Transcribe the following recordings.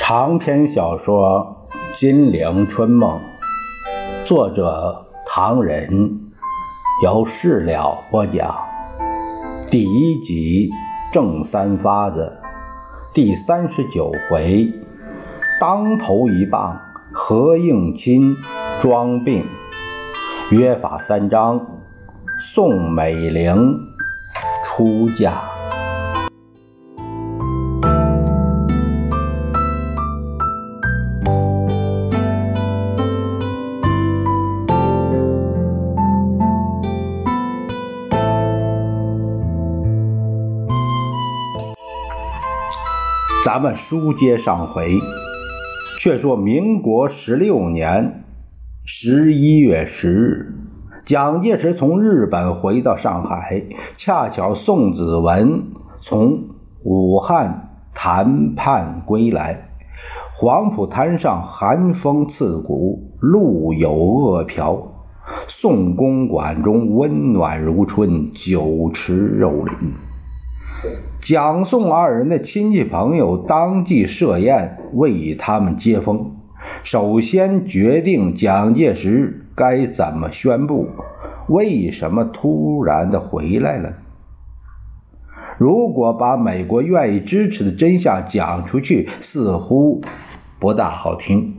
长篇小说《金陵春梦》，作者唐人，由事了播讲。第一集正三发子，第39回，当头一棒，何应钦装病，约法三章，宋美龄出嫁。咱们书接上回，却说民国16年11月10日，蒋介石从日本回到上海，恰巧宋子文从武汉谈判归来。黄浦滩上寒风刺骨，路有恶殍，宋公馆中温暖如春，酒池肉林。蒋宋二人的亲戚朋友当即设宴为他们接风。首先决定蒋介石该怎么宣布，为什么突然的回来了。如果把美国愿意支持的真相讲出去，似乎不大好听。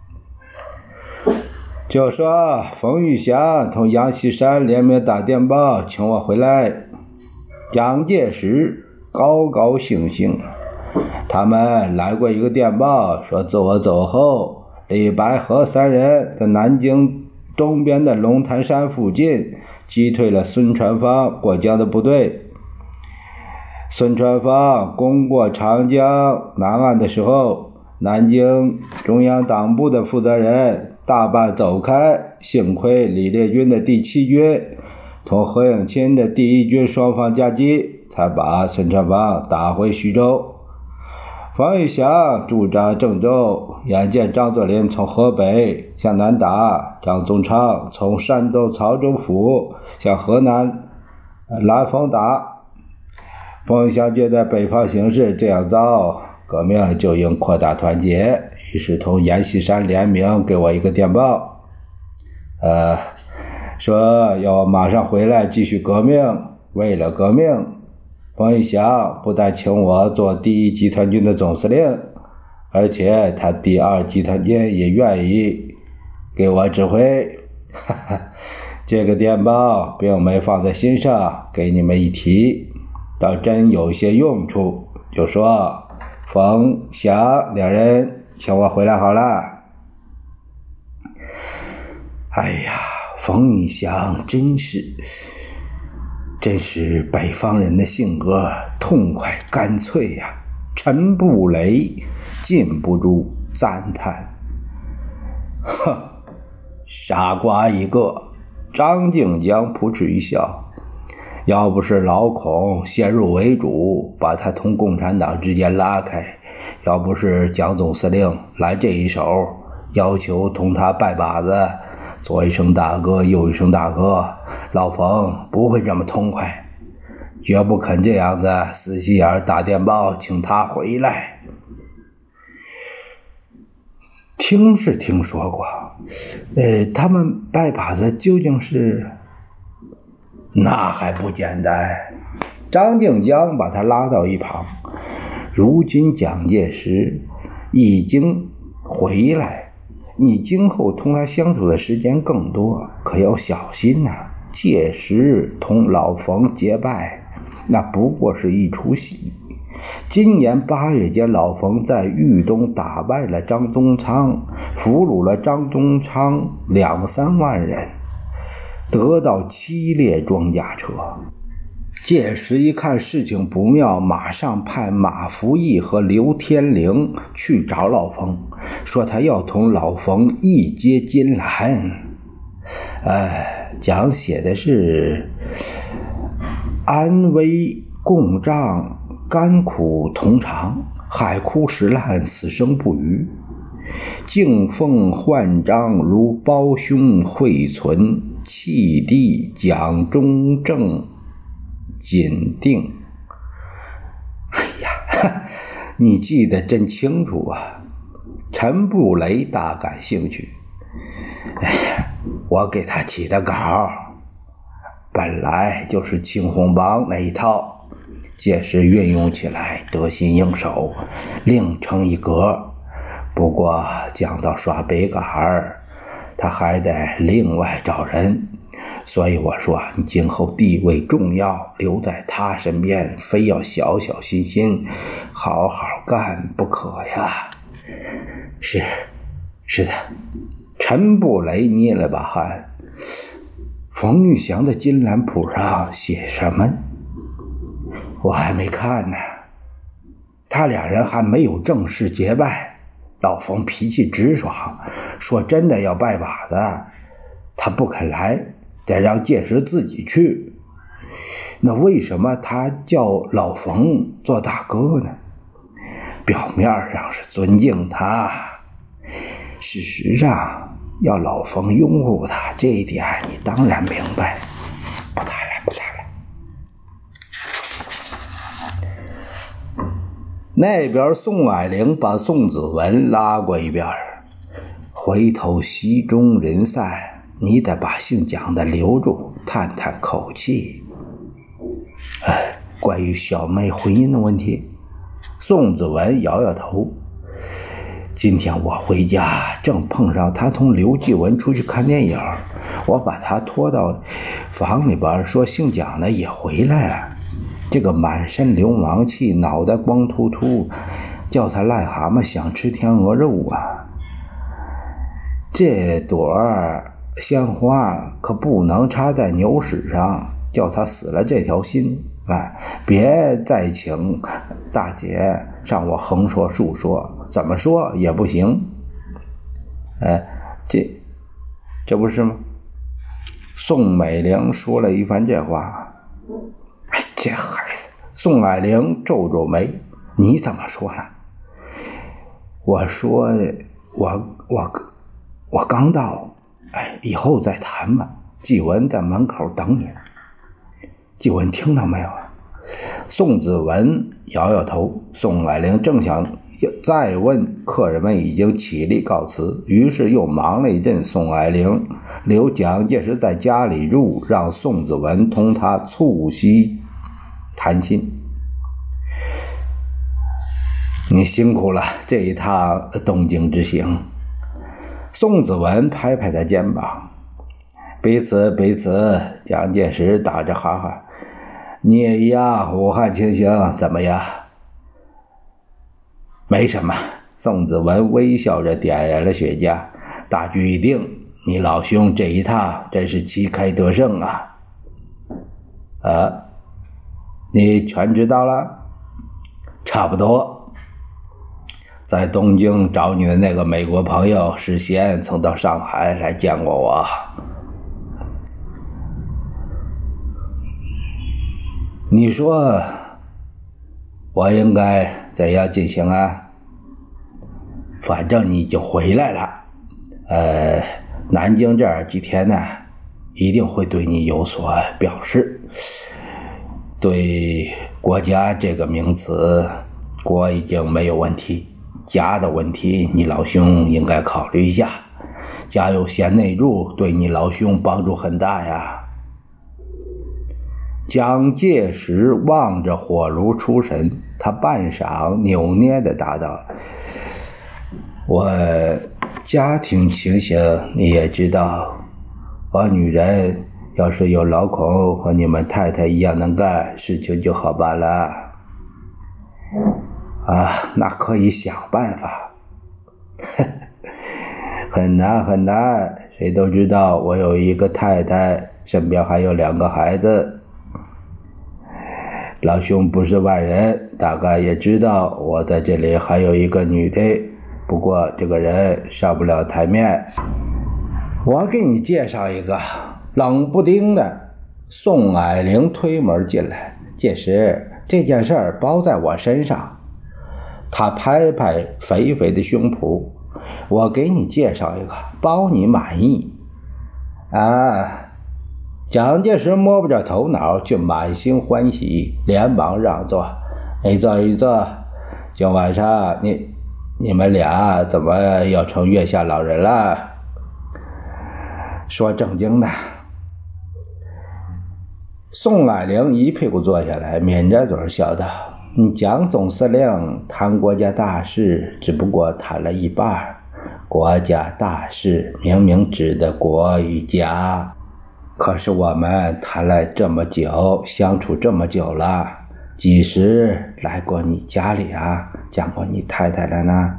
就说冯玉祥同杨锡山联名打电报请我回来，蒋介石高高兴兴。他们来过一个电报，说自我走后，李白和三人在南京东边的龙潭山附近击退了孙传芳过江的部队。孙传芳攻过长江南岸的时候，南京中央党部的负责人大半走开，幸亏李烈钧的第7军同何应钦的第1军双方夹击，才把孙传芳打回徐州。冯玉祥驻扎郑州，眼见张作霖从河北向南打，张宗昌从山东曹州府向河南兰丰打。冯玉祥觉得北方形势这样糟，革命就应扩大团结，于是同阎锡山联名给我一个电报，说要马上回来继续革命。为了革命，冯玉祥不但请我做第1集团军的总司令，而且他第2集团军也愿意给我指挥。这个电报并没放在心上，给你们一提，倒真有些用处。就说冯祥两人请我回来好了。哎呀，冯玉祥真是北方人的性格，痛快干脆呀，陈布雷禁不住赞叹。哼，傻瓜一个！张静江扑哧一笑，要不是老孔先入为主，把他同共产党之间拉开，要不是蒋总司令来这一手，要求同他拜把子，左一声大哥右一声大哥，老冯不会这么痛快，绝不肯这样子死心眼打电报请他回来。听是听说过，他们拜把子究竟是？那还不简单。张静江把他拉到一旁，如今蒋介石已经回来，你今后同他相处的时间更多，可要小心啊。届时同老冯结拜，那不过是一出戏。今年8月间，老冯在豫东打败了张宗昌，俘虏了张宗昌2-3万人，得到7列装甲车。届时一看事情不妙，马上派马福义和刘天龄去找老冯，说他要同老冯一接金兰。蒋写的是安危共丈，甘苦同尝，海枯石烂，死生不渝。敬奉焕章如胞兄惠存，弃地蒋中正紧定。哎呀，你记得真清楚啊！ 陈布雷大感兴趣。我给他起的稿本来就是青红帮那一套，届时运用起来得心应手，另成一格。不过讲到刷笔杆他还得另外找人，所以我说你今后地位重要，留在他身边，非要小小心心，好好干不可呀。是的。陈布雷捏了把汗。冯玉祥的金兰谱上写什么？我还没看呢。他俩人还没有正式结拜，老冯脾气直爽，说真的要拜把子，他不肯来，得让届时自己去。那为什么他叫老冯做大哥呢？表面上是尊敬他，事实上要老冯拥护他，这一点你当然明白。不谈了。那边宋霭龄把宋子文拉过一边，回头席中人散，你得把姓蒋的留住，叹叹口气。关于小妹婚姻的问题，宋子文摇摇头。今天我回家正碰上他同刘继文出去看电影，我把他拖到房里边，说姓蒋的也回来了。这个满身流氓气，脑袋光秃秃，叫他癞蛤蟆想吃天鹅肉啊。这朵鲜花可不能插在牛屎上，叫他死了这条心。别再请大姐让我横说竖说，怎么说也不行。这不是吗？宋美龄说了一番这话。这孩子，宋霭龄皱皱眉，你怎么说了？我说我刚到，以后再谈吧。季文在门口等你。季文听到没有？宋子文摇摇头。宋霭龄正想再问，客人们已经起立告辞，于是又忙了一阵。宋霭龄留蒋介石在家里住，让宋子文同他促膝谈心。你辛苦了这一趟东京之行。宋子文拍拍他肩膀。彼此。蒋介石打着哈哈。你也一样，武汉情形怎么样？没什么。宋子文微笑着点燃了雪茄。大局已定，你老兄这一趟真是旗开得胜啊。你全知道了？差不多。在东京找你的那个美国朋友事先曾到上海来见过我。你说我应该怎样进行啊？反正你已经回来了，南京这几天呢，一定会对你有所表示。对国家这个名词，国已经没有问题，家的问题你老兄应该考虑一下。家有贤内助，对你老兄帮助很大呀。蒋介石望着火炉出神，他半晌扭捏地答道：我家庭情形你也知道，我女人要是有老孔和你们太太一样能干，事情就好办了。那可以想办法。很难，谁都知道我有一个太太，身边还有2个孩子。老兄不是外人，大概也知道我在这里还有一个女的，不过这个人上不了台面。我给你介绍一个。冷不丁的，宋霭龄推门进来。届时这件事儿包在我身上。他拍拍肥肥的胸脯，我给你介绍一个，包你满意。蒋介石摸不着头脑，却满心欢喜，连忙让座。你坐。今晚上你们俩怎么要成月下老人了？说正经的。宋霭龄一屁股坐下来，抿着嘴笑道：蒋总司令谈国家大事只不过谈了一半，国家大事明明指的国与家，可是我们谈了这么久，相处这么久了，几时来过你家里啊？见过你太太了呢？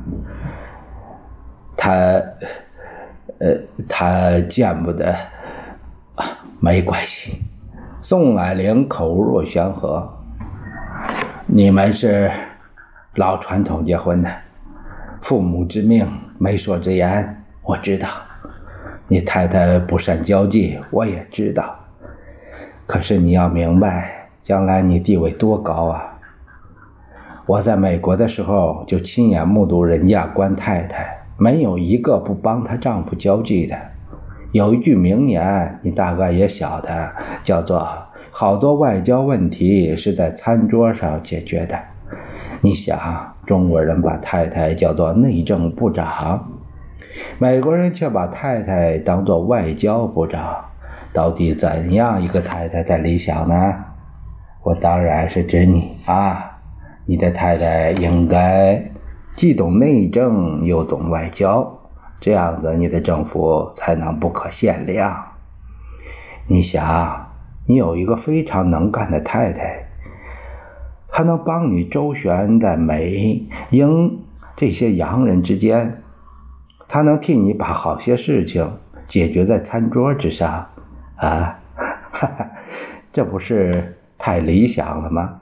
他见不得，没关系。宋霭龄口若悬河：你们是老传统结婚的，父母之命，媒妁之言，我知道。你太太不善交际，我也知道。可是你要明白，将来你地位多高啊！我在美国的时候就亲眼目睹人家官太太没有一个不帮她丈夫交际的。有一句名言，你大概也晓得，叫做好多外交问题是在餐桌上解决的。你想，中国人把太太叫做内政部长，美国人却把太太当作外交部长，到底怎样一个太太才理想呢？我当然是指你啊，你的太太应该既懂内政又懂外交，这样子你的政府才能不可限量。你想，你有一个非常能干的太太，还能帮你周旋在美英这些洋人之间，他能替你把好些事情解决在餐桌之上啊，哈哈，这不是太理想了吗？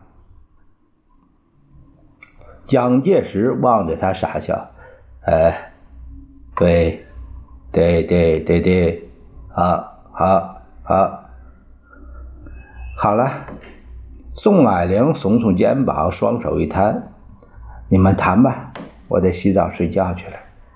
蒋介石望着他傻笑，对，好了。宋霭龄耸耸肩膀，双手一摊，你们谈吧，我得洗澡睡觉去了。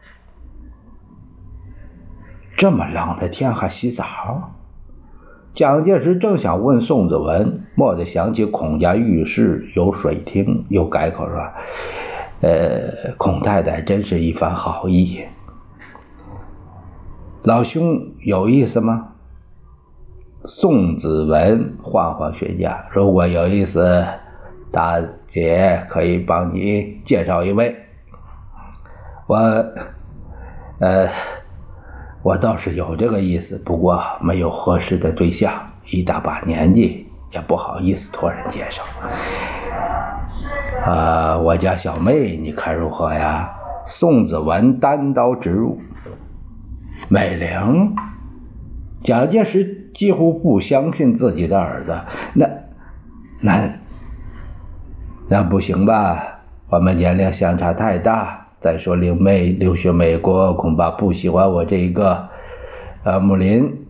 这么冷的天还洗澡？蒋介石正想问宋子文，蓦地想起孔家浴室有水厅，又改口说：孔太太真是一番好意。老兄有意思吗？宋子文晃晃雪茄，如果有意思，大姐可以帮你介绍一位。我倒是有这个意思，不过没有合适的对象，一大把年纪，也不好意思托人介绍。我家小妹你看如何呀？宋子文单刀直入。美龄？蒋介石几乎不相信自己的耳朵，那不行吧？我们年龄相差太大，再说令妹留学美国，恐怕不喜欢我这一个木林。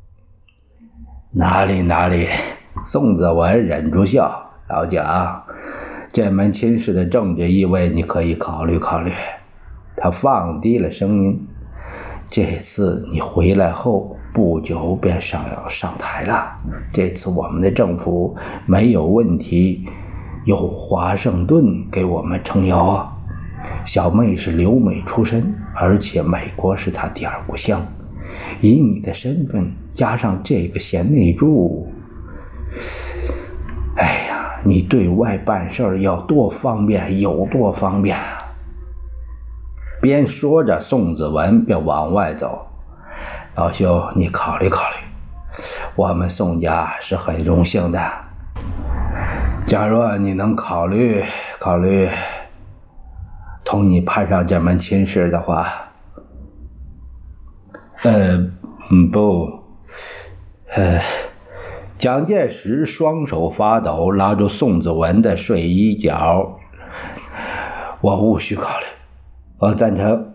哪里，宋子文忍住笑，老蒋，这门亲事的政治意味你可以考虑考虑。他放低了声音，这次你回来后不久便上台了，这次我们的政府没有问题，有华盛顿给我们撑腰啊。小妹是留美出身，而且美国是她第二故乡，以你的身份加上这个贤内助，哎呀，你对外办事要多方便有多方便啊。边说着，宋子文便往外走。老兄，你考虑考虑，我们宋家是很荣幸的。假若你能考虑考虑同你攀上这门亲事的话，蒋介石双手发抖，拉住宋子文的睡衣角。我务须考虑，我赞成。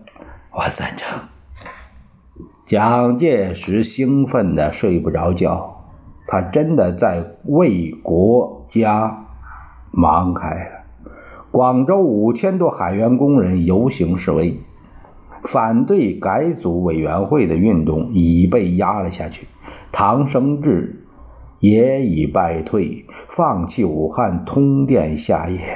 蒋介石兴奋的睡不着觉，他真的在为国家忙开了。广州5000多海员工人游行示威，反对改组委员会的运动已被压了下去。唐生智也已败退，放弃武汉通电下野。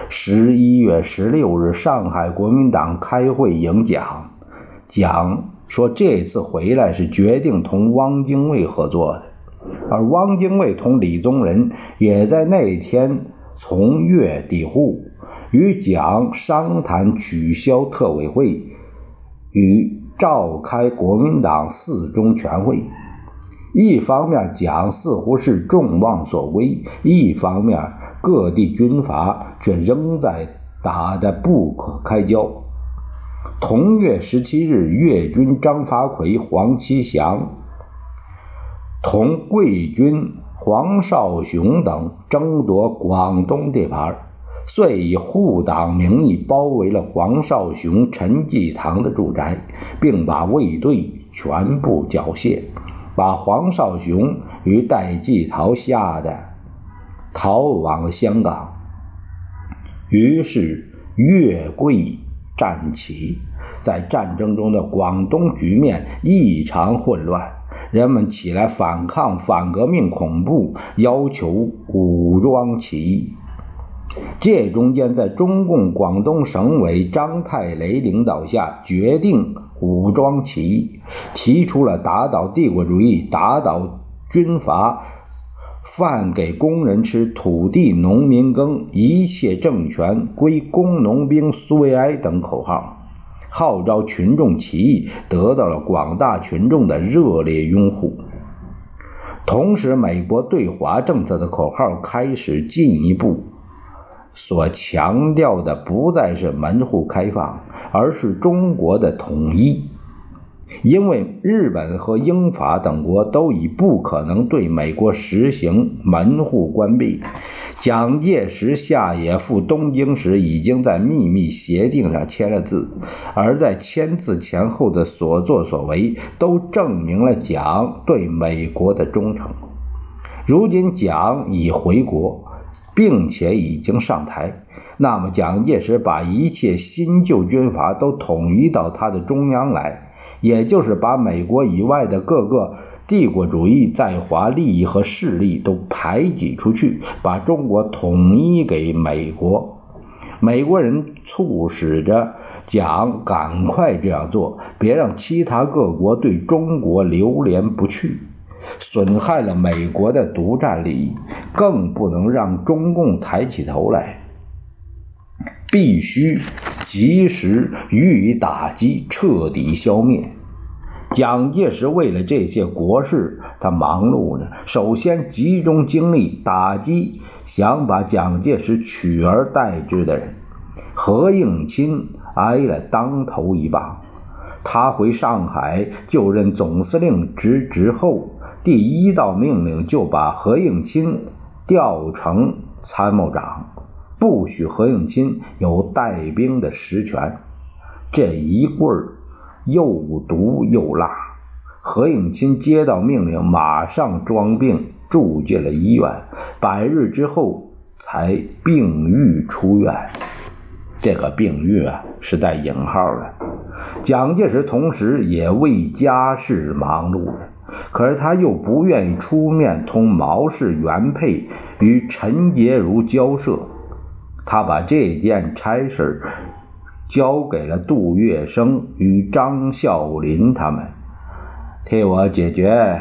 11月16日，上海国民党开会迎蒋，蒋说这次回来是决定同汪精卫合作的，而汪精卫同李宗仁也在那天从粤抵沪，与蒋商谈取消特委会与召开国民党4中全会。一方面蒋似乎是众望所归，一方面各地军阀却仍在打得不可开交。同月17日，粤军张发奎、黄其祥同桂军黄绍雄等争夺广东地盘，遂以护党名义包围了黄绍雄、陈济棠的住宅，并把卫队全部缴械，把黄绍雄与戴季陶吓得逃往了香港。于是粤桂战起，在战争中的广东局面异常混乱，人们起来反抗反革命恐怖，要求武装起义。这中间，在中共广东省委张太雷领导下，决定武装起义，提出了打倒帝国主义、打倒军阀、饭给工人吃、土地农民耕、一切政权归工农兵苏维埃等口号，号召群众起义，得到了广大群众的热烈拥护。同时，美国对华政策的口号开始进一步，所强调的不再是门户开放，而是中国的统一。因为日本和英法等国都已不可能对美国实行门户关闭，蒋介石下野赴东京时已经在秘密协定上签了字，而在签字前后的所作所为都证明了蒋对美国的忠诚。如今蒋已回国，并且已经上台，那么蒋介石把一切新旧军阀都统一到他的中央来，也就是把美国以外的各个帝国主义在华利益和势力都排挤出去，把中国统一给美国。美国人促使着蒋赶快这样做，别让其他各国对中国流连不去，损害了美国的独占利益，更不能让中共抬起头来，必须及时予以打击，彻底消灭。蒋介石为了这些国事，他忙碌呢，首先集中精力打击想把蒋介石取而代之的人。何应钦挨了当头一棒，他回上海就任总司令职后，第一道命令就把何应钦调成参谋长，不许何应钦有带兵的实权。这一棍儿又毒又辣，何应钦接到命令，马上装病住进了医院，100日之后才病愈出院。这个病愈是带引号的。蒋介石同时也为家事忙碌着，可是他又不愿意出面同毛氏原配与陈洁如交涉，他把这件差事交给了杜月笙与张孝林他们，替我解决。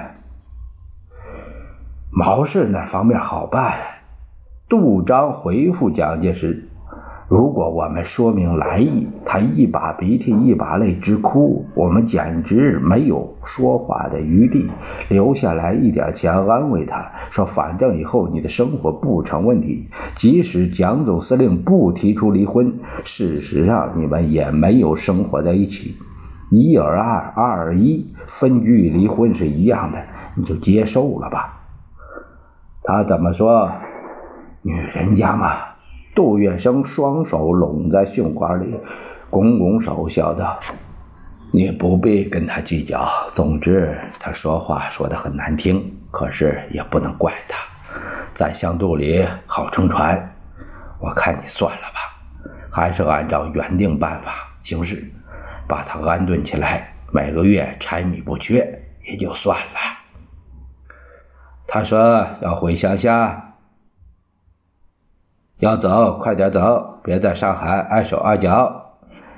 毛氏那方面好办。杜张回复蒋介石，如果我们说明来意，他一把鼻涕一把泪直哭，我们简直没有说话的余地，留下来一点钱安慰他，说反正以后你的生活不成问题，即使蒋总司令不提出离婚，事实上你们也没有生活在一起，1儿2，2儿1，分居与离婚是一样的，你就接受了吧。他怎么说？女人家嘛。杜月笙双手拢在胸怀里，拱拱手笑道，你不必跟他计较，总之他说话说得很难听，可是也不能怪他，在香肚里好撑船，我看你算了吧，还是按照原定办法行事，把他安顿起来，每个月柴米不缺也就算了。他说要回乡下。 要走快点走，别在上海碍手碍脚。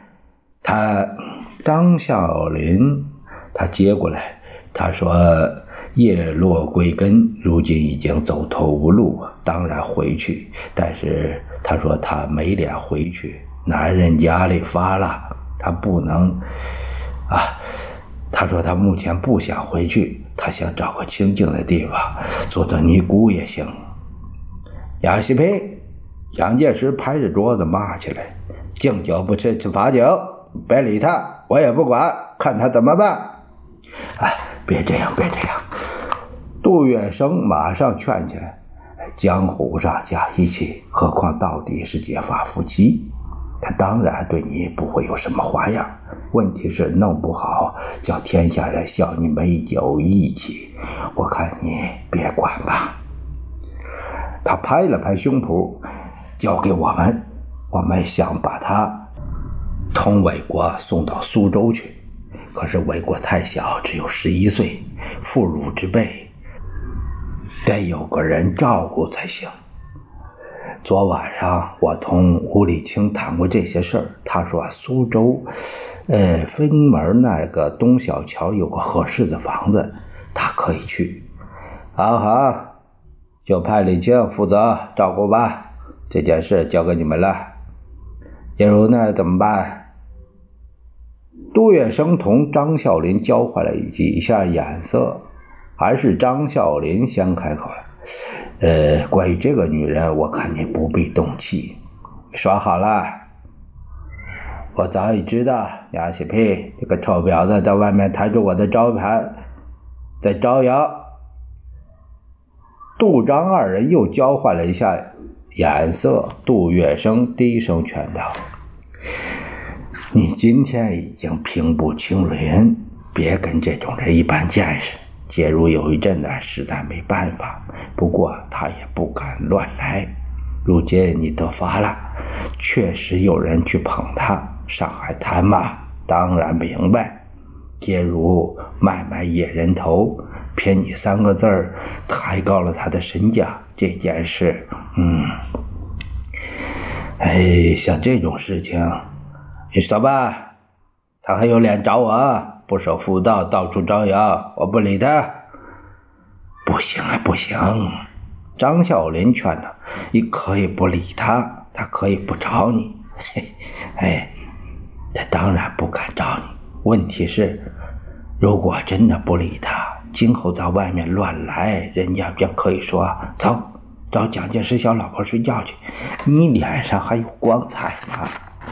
张啸林他接过来，他说叶落归根，如今已经走投无路，当然回去，但是他说他没脸回去，男人家里发了，他不能他说他目前不想回去，他想找个清静的地方做做尼姑也行。杨锡培，蒋介石拍着桌子骂起来，敬酒不吃吃罚酒，别理他，我也不管，看他怎么办。别这样。杜月笙马上劝起来，江湖上讲义气，何况到底是结发夫妻，他当然对你不会有什么花样，问题是弄不好叫天下人笑你没有义气，我看你别管吧。他拍了拍胸脯，交给我们，我们想把他从伪国送到苏州去，可是伪国太小，只有11岁，妇孺之辈，得有个人照顾才行。昨晚上我同吴礼清谈过这些事儿，他说苏州分门那个东小桥有个合适的房子，他可以去。好，就派礼清负责照顾吧，这件事交给你们了。叶如那怎么办？杜月笙同张啸林交换了一下眼色，还是张啸林先开口了。关于这个女人，我看你不必动气。说好了，我早已知道杨锡培这个臭婊子在外面抬着我的招牌，在招摇。杜张二人又交换了一下眼色，杜月笙低声劝道：你今天已经平步青云，别跟这种人一般见识。介入有一阵子实在没办法，不过他也不敢乱来。如今你得发了，确实有人去捧他，上海滩嘛，当然明白。介入卖野人头，骗你3个字儿，抬高了他的身价，这件事像这种事情你说吧，他还有脸找我，不守妇道，到处招摇，我不理他。不行，张啸林劝他，你可以不理他，他可以不找你。他当然不敢找你，问题是如果真的不理他，今后在外面乱来，人家便可以说走，找蒋介石小老婆睡觉去，你脸上还有光彩吗？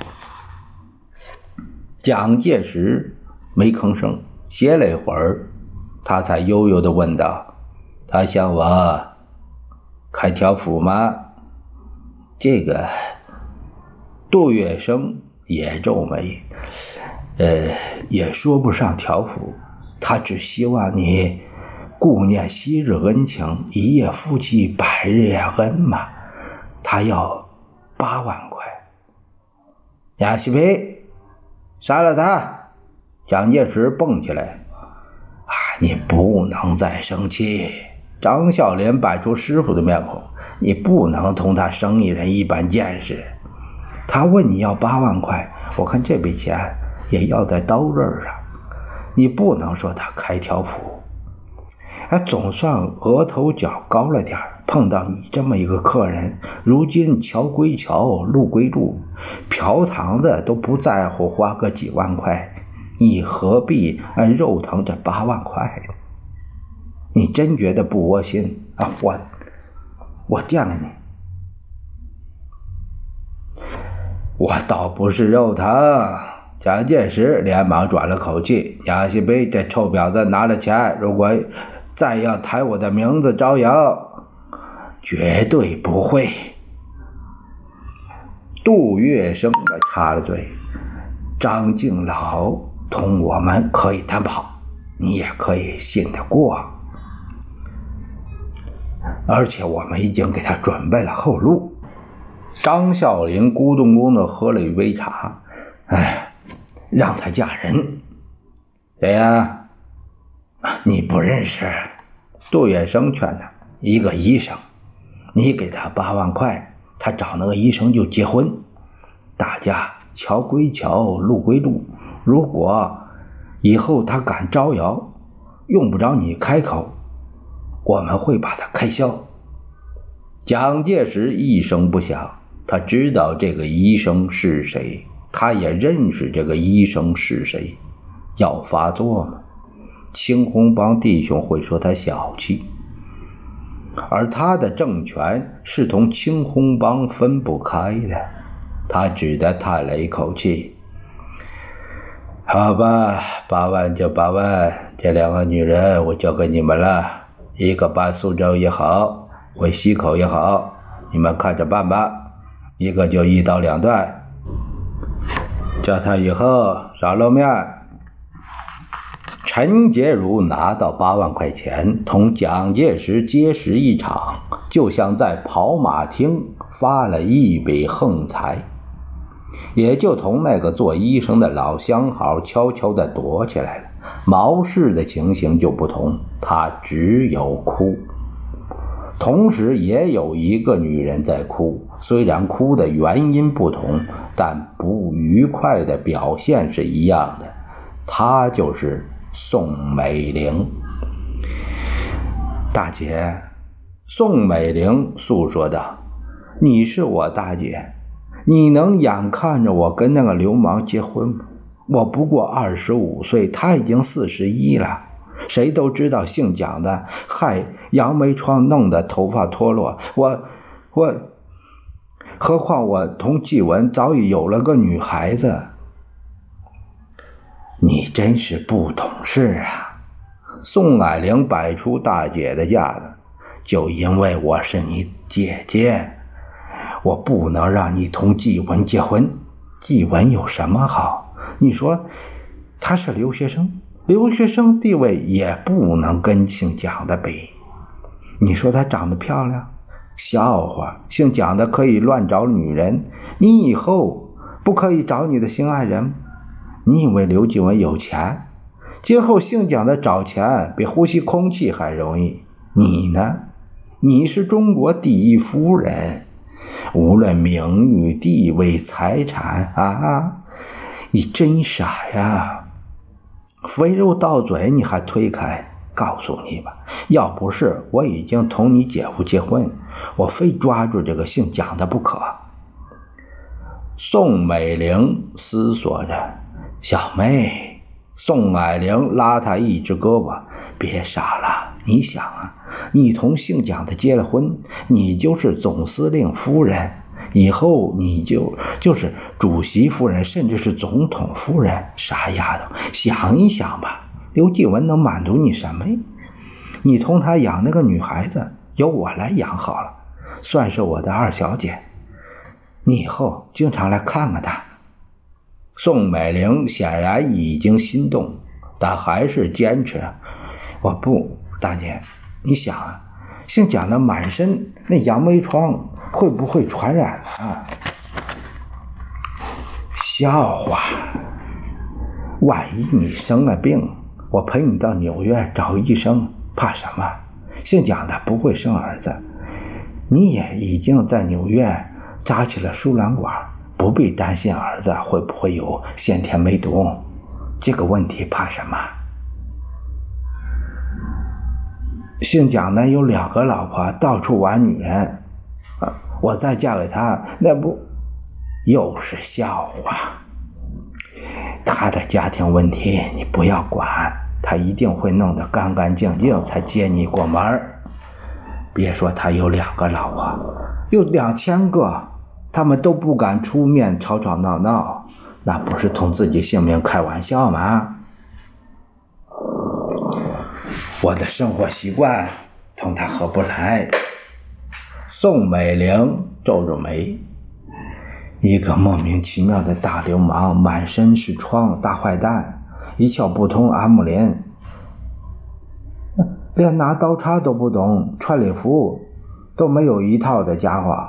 蒋介石没吭声，歇了一会儿，他才悠悠地问道：他向我开条府吗？这个杜月笙也皱眉，也说不上条府，他只希望你顾念昔日恩情，一夜夫妻百日恩嘛。他要8万块。杨锡培，杀了他！蒋介石蹦起来。你不能再生气。张啸林摆出师傅的面孔，你不能同他生意人一般见识。他问你要8万块，我看这笔钱也要在刀刃上，你不能说他开条府。总算额头角高了点，碰到你这么一个客人，如今桥归桥，路归路，嫖堂的都不在乎花个几万块，你何必肉疼这8万块？你真觉得不窝心啊？我惦了你。我倒不是肉疼。蒋介石连忙转了口气，杨锡培这臭婊子拿了钱，如果再要抬我的名字招摇，绝对不会。杜月笙的插了嘴，张敬老同我们可以担保，你也可以信得过，而且我们已经给他准备了后路。张啸林咕咚咕咚喝了一杯茶，让他嫁人。谁呀？你不认识。杜月笙劝他，一个医生，你给他8万块， 他找那个医生就结婚。大家桥归桥，路归路，如果以后他敢招摇，用不着你开口，我们会把他开销。蒋介石一声不响，他知道这个医生是谁，他也认识这个医生是谁。要发作吗？青红帮弟兄会说他小气，而他的政权是同青红帮分不开的。他只得叹了一口气，好吧，8万就8万，这2个女人我交给你们了，一个办苏州也好，回西口也好，你们看着办吧，一个就1刀2断，叫他以后少露面。陈洁如拿到8万块钱，同蒋介石结识一场，就像在跑马厅发了一笔横财，也就同那个做医生的老相好悄悄地躲起来了。毛氏的情形就不同，他只有哭，同时也有一个女人在哭，虽然哭的原因不同，但不愉快的表现是一样的，她就是宋美龄。大姐，宋美龄诉说道，你是我大姐，你能眼看着我跟那个流氓结婚吗？我不过25岁，他已经41了。谁都知道姓蒋的害杨梅窗弄得头发脱落，何况我同纪文早已有了个女孩子。你真是不懂事啊！宋霭龄摆出大姐的架子，就因为我是你姐姐，我不能让你同纪文结婚。纪文有什么好？你说他是留学生，留学生地位也不能跟姓蒋的比。你说他长得漂亮，笑话，姓蒋的可以乱找女人，你以后不可以找你的心爱人？你以为刘继文有钱？今后姓蒋的找钱比呼吸空气还容易。你呢？你是中国第一夫人，无论名誉、地位、财产啊，你真傻呀！肥肉到嘴你还推开。告诉你吧，要不是我已经同你姐夫结婚，我非抓住这个姓蒋的不可。宋美龄思索着，小妹。宋霭龄拉她一只胳膊，别傻了，你想啊，你同姓蒋的结了婚，你就是总司令夫人，以后你就是主席夫人，甚至是总统夫人。傻丫头，想一想吧，刘继文能满足你什么？你同他养那个女孩子，由我来养好了，算是我的二小姐，你以后经常来看看她。宋美龄显然已经心动，但还是坚持，我不，大姐，你想啊，姓蒋的满身那杨梅疮会不会传染啊？笑话，万一你生了病，我陪你到纽约找医生，怕什么？姓蒋的不会生儿子，你也已经在纽约扎起了输卵管，不必担心儿子会不会有先天梅毒，这个问题怕什么？姓蒋的有2个老婆，到处玩女人，我再嫁给他，那不又是笑话。他的家庭问题你不要管，他一定会弄得干干净净才接你过门。别说他有2个老婆，有2000个，他们都不敢出面吵吵闹闹，那不是同自己性命开玩笑吗？我的生活习惯同他合不来。宋美龄皱皱眉，一个莫名其妙的大流氓，满身是疮，大坏蛋，一窍不通阿姆林，连拿刀叉都不懂，穿礼服都没有一套的家伙。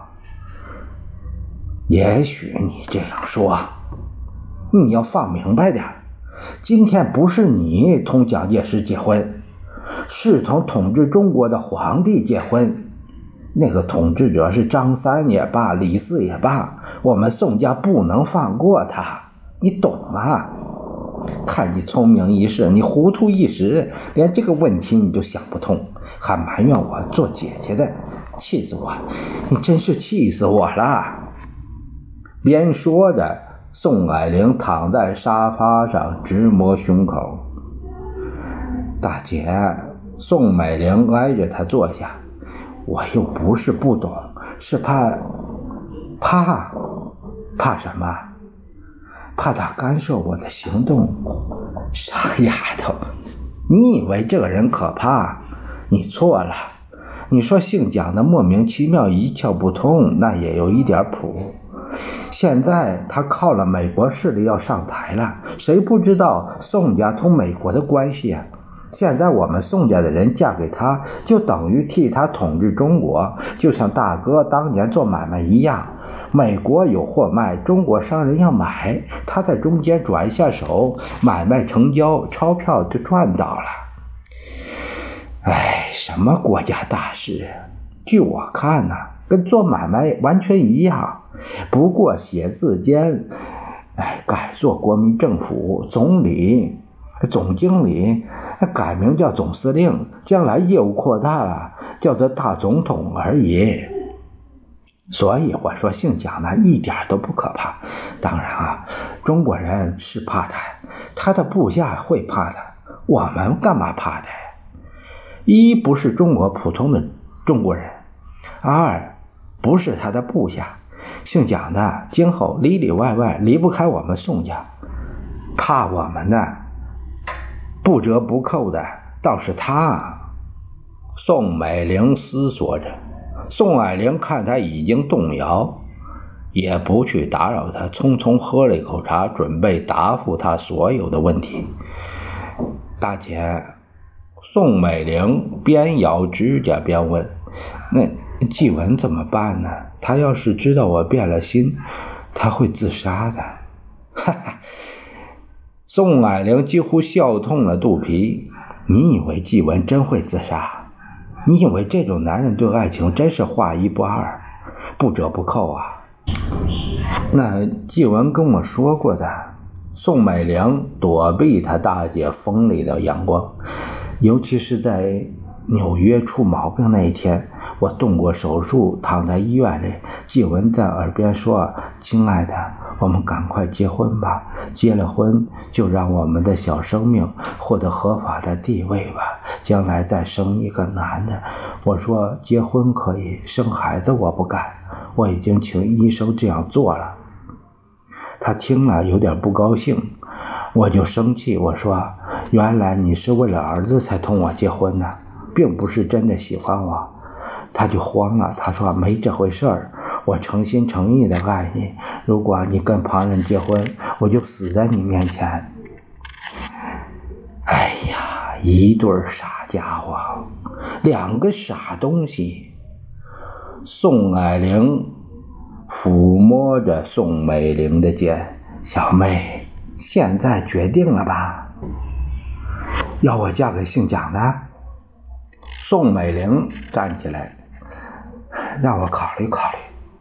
也许你这样说，你要放明白点，今天不是你同蒋介石结婚，是同统治中国的皇帝结婚， 那个统治者是张三也罢，李四也罢，我们宋家不能放过他，你懂吗？看你聪明一世，你糊涂一时，连这个问题你都想不通，还埋怨我做姐姐的，气死我！你真是气死我了！边说着，宋霭龄躺在沙发上直摸胸口。大姐，宋美龄挨着他坐下，我又不是不懂，是怕什么？怕他干涉我的行动。傻丫头，你以为这个人可怕？你错了。你说姓蒋的莫名其妙一窍不通，那也有一点谱。现在他靠了美国势力要上台了，谁不知道宋家同美国的关系啊？现在我们宋家的人嫁给他，就等于替他统治中国，就像大哥当年做买卖一样。美国有货卖，中国商人要买，他在中间转一下手，买卖成交，钞票就赚到了。哎，什么国家大事？据我看呢，跟做买卖完全一样，不过写字间改做国民政府，总经理改名叫总司令，将来业务扩大了，叫做大总统而已。所以我说姓蒋呢一点都不可怕。当然啊，中国人是怕他，他的部下会怕他，我们干嘛怕他？一不是中国普通的中国人，二不是他的部下。姓蒋的今后里里外外离不开我们宋家，怕我们呢不折不扣的倒是他。宋美龄思索着，宋霭龄看他已经动摇，也不去打扰他，匆匆喝了一口茶，准备答复他所有的问题。大姐，宋美龄边咬指甲边问，那季文怎么办呢？他要是知道我变了心，他会自杀的。哈哈，宋霭龄几乎笑痛了肚皮。你以为季文真会自杀？你以为这种男人对爱情真是话一不二，不折不扣啊？那季文跟我说过的。宋美龄躲避他大姐锋利的阳光，尤其是在纽约出毛病那一天，我动过手术，躺在医院里，季文在耳边说，亲爱的，我们赶快结婚吧，结了婚就让我们的小生命获得合法的地位吧，将来再生一个男的。我说结婚可以，生孩子我不干，我已经请医生这样做了。他听了有点不高兴，我就生气，我说原来你是为了儿子才同我结婚呢，并不是真的喜欢我。他就慌了，他说没这回事儿，我诚心诚意的爱你，如果你跟旁人结婚，我就死在你面前。哎呀，一对傻家伙，两个傻东西。宋霭龄抚摸着宋美龄的肩，小妹，现在决定了吧？要我嫁给姓蒋的？宋美龄站起来，让我考虑考虑。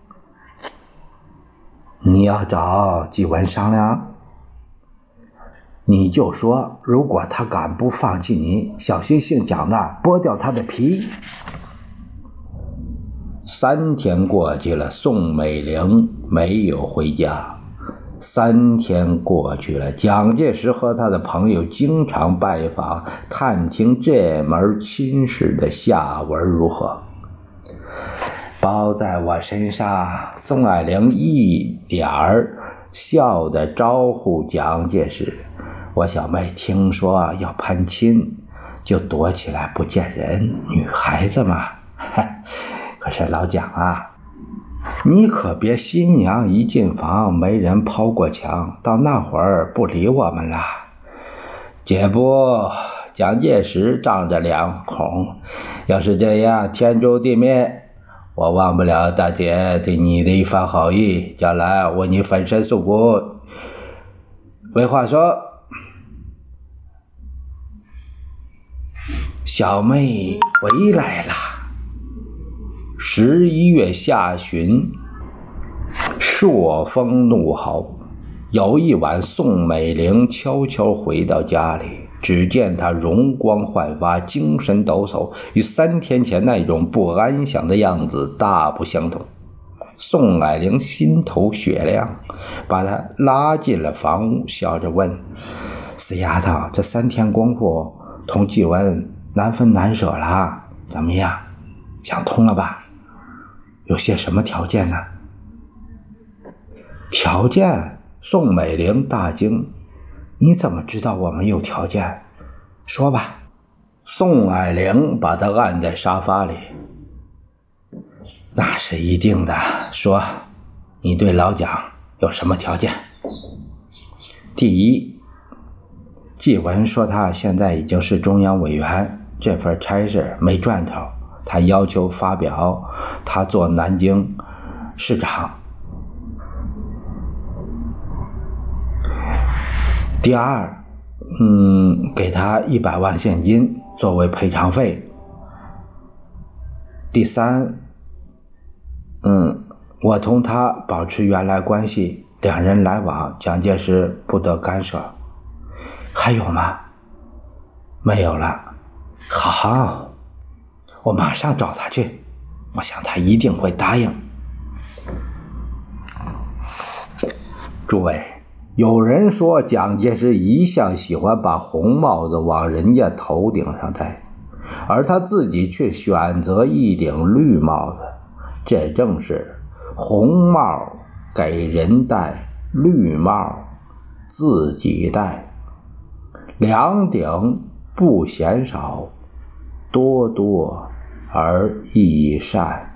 你要找季文商量？你就说，如果他敢不放弃你，小心姓蒋的剥掉他的皮。3天过去了，宋美龄没有回家。3天过去了，蒋介石和他的朋友经常拜访，探听这门亲事的下文如何。包在我身上，宋霭龄一脸笑地招呼蒋介石。我小妹听说要攀亲，就躲起来不见人，女孩子嘛。可是老蒋啊，你可别新娘一进房没人抛过墙，到那会儿不理我们了。姐夫，蒋介石张着两孔，要是这样天诛地灭，我忘不了大姐对你的一番好意，将来为你粉身碎骨。没话说，小妹回来了。 11月下旬，朔风怒号。有一晚，宋美龄悄悄回到家里，只见她容光焕发，精神抖擞，与3天前那种不安详的样子大不相同。宋霭龄心头雪亮，把她拉进了房屋，笑着问：死丫头，这3天功夫同季文难分难舍了，怎么样，想通了吧？有些什么条件呢？条件？宋美龄大惊，你怎么知道我们有条件？说吧。宋霭龄把她按在沙发里。那是一定的，说，你对老蒋有什么条件？第一，季文说他现在已经是中央委员，这份差事没赚头，他要求发表他做南京市长。第二，给他100万现金作为赔偿费。第三，我同他保持原来关系，2人来往，蒋介石不得干涉。还有吗？没有了。好，我马上找他去，我想他一定会答应。诸位，有人说蒋介石一向喜欢把红帽子往人家头顶上戴，而他自己却选择一顶绿帽子，这正是红帽给人戴，绿帽自己戴，2顶不嫌少，多多而益善。